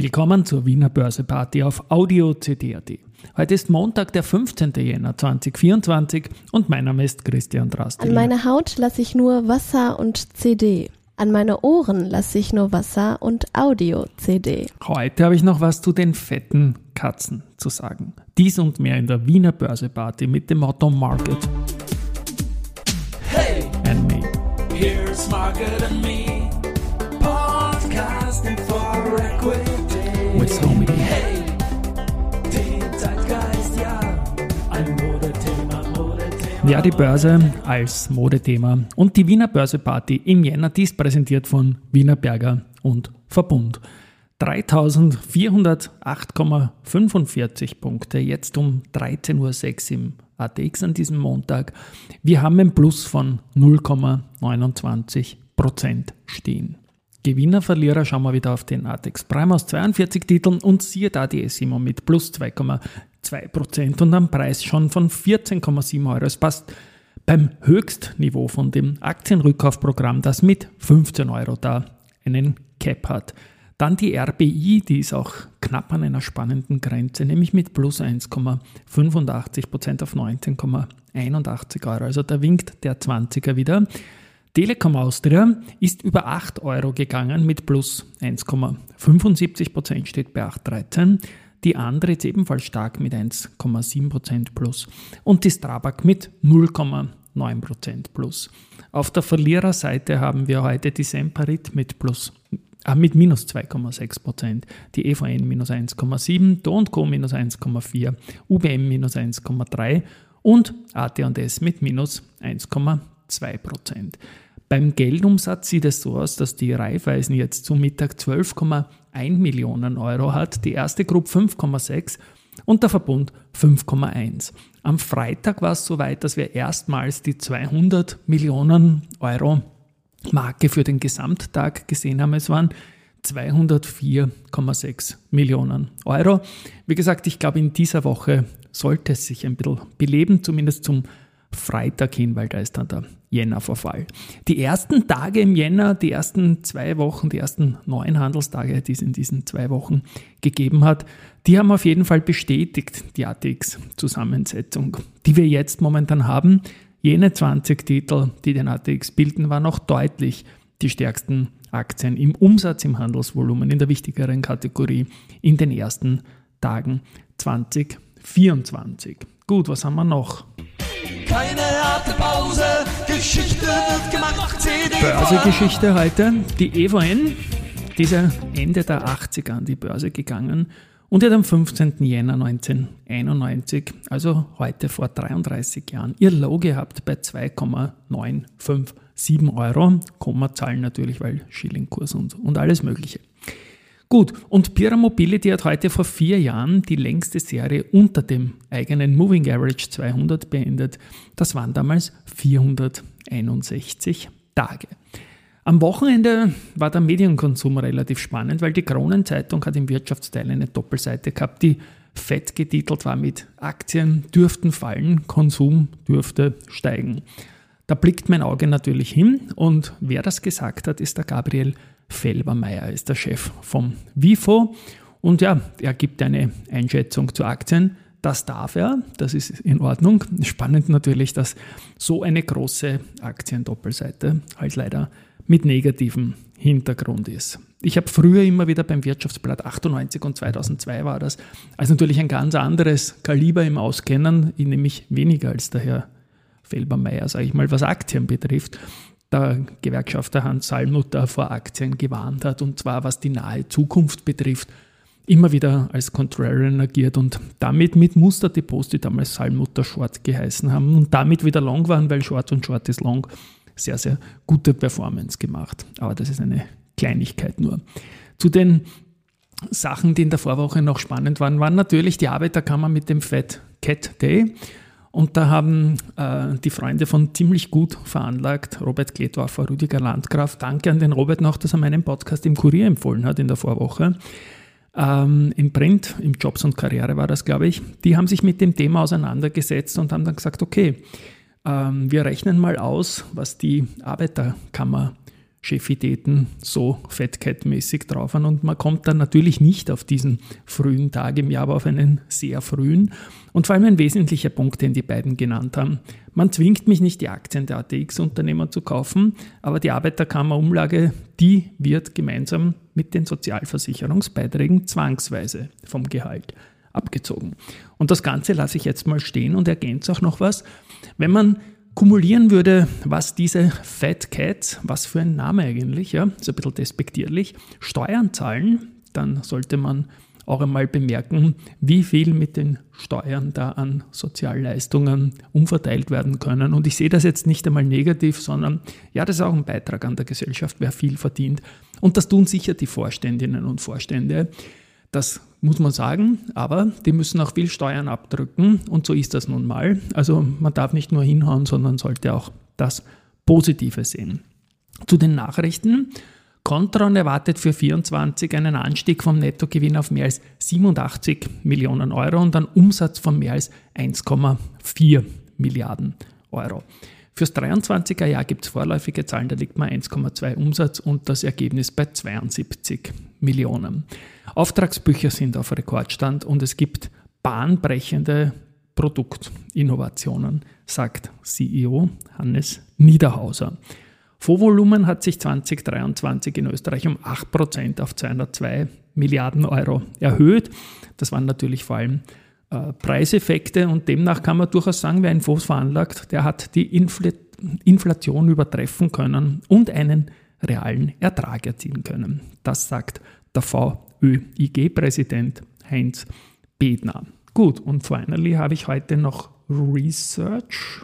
Willkommen zur Wiener Börseparty auf Audio CD.at. Heute ist Montag, der 15. Jänner 2024 und mein Name ist Christian Drastil. An meine Haut lasse ich nur Wasser und CD. An meine Ohren lasse ich nur Wasser und Audio-CD. Heute habe ich noch was zu den fetten Katzen zu sagen. Dies und mehr in der Wiener Börseparty mit dem Motto Market. Hey, And me. here's Market and Me, podcasting for equity. With Homedy. Hey, den Zeitgeist, ja, ein Modethema. Ja, die Börse als Modethema und die Wiener Börseparty im Jänner, dies präsentiert von Wiener Berger und Verbund. 3.408,45 Punkte, jetzt um 13.06 Uhr im ATX an diesem Montag. Wir haben ein Plus von 0,29% stehen. Gewinner, Verlierer, schauen wir wieder auf den ATX Prime aus 42 Titeln und siehe da die SIMO mit plus 2,2% und am Preis schon von 14,7 Euro. Es passt beim Höchstniveau von dem Aktienrückkaufprogramm, das mit 15 Euro da einen Cap hat. Dann die RBI, die ist auch knapp an einer spannenden Grenze, nämlich mit plus 1,85% auf 19,81 Euro. Also da winkt der 20er wieder. Telekom Austria ist über 8 Euro gegangen mit plus 1,75%, steht bei 8,13. Die andere ist ebenfalls stark mit 1,7% plus und die Strabag mit 0,9% plus. Auf der Verliererseite haben wir heute die Semperit mit minus 2,6%, die EVN minus 1,7%, Do & Co minus 1,4%, UBM minus 1,3% und AT&S mit minus 1,2%. Beim Geldumsatz sieht es so aus, dass die Raiffeisen jetzt zum Mittag 12,1 Millionen Euro hat, die erste Gruppe 5,6 und der Verbund 5,1. Am Freitag war es soweit, dass wir erstmals die 200 Millionen Euro Marke für den Gesamttag gesehen haben. Es waren 204,6 Millionen Euro. Wie gesagt, ich glaube, in dieser Woche sollte es sich ein bisschen beleben, zumindest zum Freitag hin, weil da ist dann der Jännerverfall. Die ersten Tage im Jänner, die ersten 2 Wochen, die ersten 9 Handelstage, die es in diesen 2 Wochen gegeben hat, die haben auf jeden Fall bestätigt, die ATX-Zusammensetzung, die wir jetzt momentan haben. Jene 20 Titel, die den ATX bilden, waren noch deutlich die stärksten Aktien im Umsatz, im Handelsvolumen, in der wichtigeren Kategorie in den ersten Tagen 2024. Gut, was haben wir noch? Keine harte Pause, Geschichte wird gemacht, CD Börsegeschichte heute. Die EVN, die ist ja Ende der 80er an die Börse gegangen und hat am 15. Jänner 1991, also heute vor 33 Jahren, ihr Low gehabt bei 2,957 Euro. Kommazahlen natürlich, weil Schillingkurs und alles Mögliche. Gut, und Pira Mobility hat heute vor 4 Jahren die längste Serie unter dem eigenen Moving Average 200 beendet. Das waren damals 461 Tage. Am Wochenende war der Medienkonsum relativ spannend, weil die Kronenzeitung hat im Wirtschaftsteil eine Doppelseite gehabt, die fett getitelt war mit Aktien dürften fallen, Konsum dürfte steigen. Da blickt mein Auge natürlich hin und wer das gesagt hat, ist der Gabriel Felbermayr, ist der Chef vom WIFO und ja, er gibt eine Einschätzung zu Aktien. Das darf er, das ist in Ordnung. Spannend natürlich, dass so eine große Aktiendoppelseite halt leider mit negativem Hintergrund ist. Ich habe früher immer wieder beim Wirtschaftsblatt 98 und 2002 war das, also natürlich ein ganz anderes Kaliber im Auskennen, nämlich weniger als der Herr Felbermayr, sage ich mal, was Aktien betrifft. Der Gewerkschafter Hans Salmutter vor Aktien gewarnt hat, und zwar was die nahe Zukunft betrifft, immer wieder als Contrarian agiert und damit mit Musterdepots, die damals Salmutter Short geheißen haben und damit wieder Long waren, weil Short und Short ist Long, sehr, sehr gute Performance gemacht. Aber das ist eine Kleinigkeit nur. Zu den Sachen, die in der Vorwoche noch spannend waren, waren natürlich die Arbeiterkammer mit dem Fat Cat Day. Und da haben die Freunde von Ziemlich gut veranlagt, Robert Klettorfer, Rüdiger Landgraf, danke an den Robert noch, dass er meinen Podcast im Kurier empfohlen hat in der Vorwoche, im Print, im Jobs und Karriere war das, glaube ich, die haben sich mit dem Thema auseinandergesetzt und haben dann gesagt, okay, wir rechnen mal aus, was die Arbeiterkammer Chefitäten so Fat-Cat-mäßig drauf an und man kommt dann natürlich nicht auf diesen frühen Tag im Jahr, aber auf einen sehr frühen. Und vor allem ein wesentlicher Punkt, den die beiden genannt haben. Man zwingt mich nicht, die Aktien der ATX-Unternehmer zu kaufen, aber die Arbeiterkammerumlage, die wird gemeinsam mit den Sozialversicherungsbeiträgen zwangsweise vom Gehalt abgezogen. Und das Ganze lasse ich jetzt mal stehen und ergänze auch noch was. Wenn man kumulieren würde, was diese Fat Cats, was für ein Name eigentlich, ja, ist ein bisschen despektierlich, Steuern zahlen, dann sollte man auch einmal bemerken, wie viel mit den Steuern da an Sozialleistungen umverteilt werden können. Und ich sehe das jetzt nicht einmal negativ, sondern ja, das ist auch ein Beitrag an der Gesellschaft, wer viel verdient. Und das tun sicher die Vorständinnen und Vorstände. Das muss man sagen, aber die müssen auch viel Steuern abdrücken und so ist das nun mal. Also man darf nicht nur hinhauen, sondern sollte auch das Positive sehen. Zu den Nachrichten. Contron erwartet für 2024 einen Anstieg vom Nettogewinn auf mehr als 87 Millionen Euro und einen Umsatz von mehr als 1,4 Milliarden Euro. Fürs 23er Jahr gibt es vorläufige Zahlen, da liegt man 1,2 Umsatz und das Ergebnis bei 72 Millionen. Auftragsbücher sind auf Rekordstand und es gibt bahnbrechende Produktinnovationen, sagt CEO Hannes Niederhauser. Fondsvolumen hat sich 2023 in Österreich um 8% auf 202 Milliarden Euro erhöht. Das waren natürlich vor allem Preiseffekte und demnach kann man durchaus sagen, wer einen Fonds veranlagt, der hat die Inflation übertreffen können und einen realen Ertrag erzielen können. Das sagt der VÖIG-Präsident Heinz Bednar. Gut, und finally habe ich heute noch Research.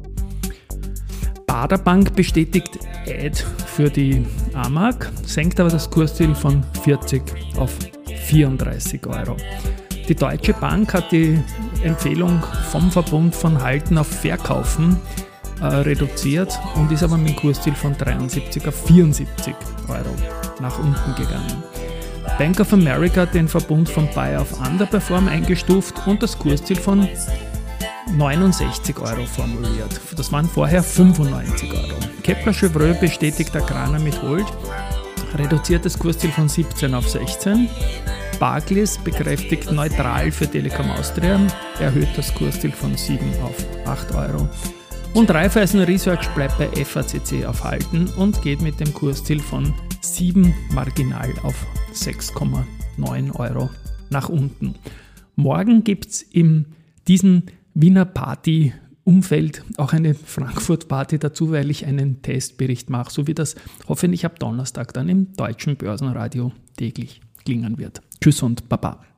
Baderbank bestätigt Ad für die AMAG, senkt aber das Kursziel von 40 auf 34 Euro. Die Deutsche Bank hat die Empfehlung vom Verbund von Halten auf Verkaufen reduziert und ist aber mit dem Kursziel von 73 auf 74 Euro nach unten gegangen. Bank of America hat den Verbund von Buy auf Underperform eingestuft und das Kursziel von 69 Euro formuliert. Das waren vorher 95 Euro. Kepler Chevreux bestätigt Agrana mit Holt, reduziert das Kursziel von 17 auf 16. Barclays bekräftigt neutral für Telekom Austria, erhöht das Kursziel von 7 auf 8 Euro. Und Raiffeisen Research bleibt bei FACC auf Halten und geht mit dem Kursziel von 7 marginal auf 6,9 Euro nach unten. Morgen gibt es in diesem Wiener Party-Umfeld auch eine Frankfurt-Party dazu, weil ich einen Testbericht mache, so wie das hoffentlich ab Donnerstag dann im Deutschen Börsenradio täglich klingen wird. Tschüss und Baba.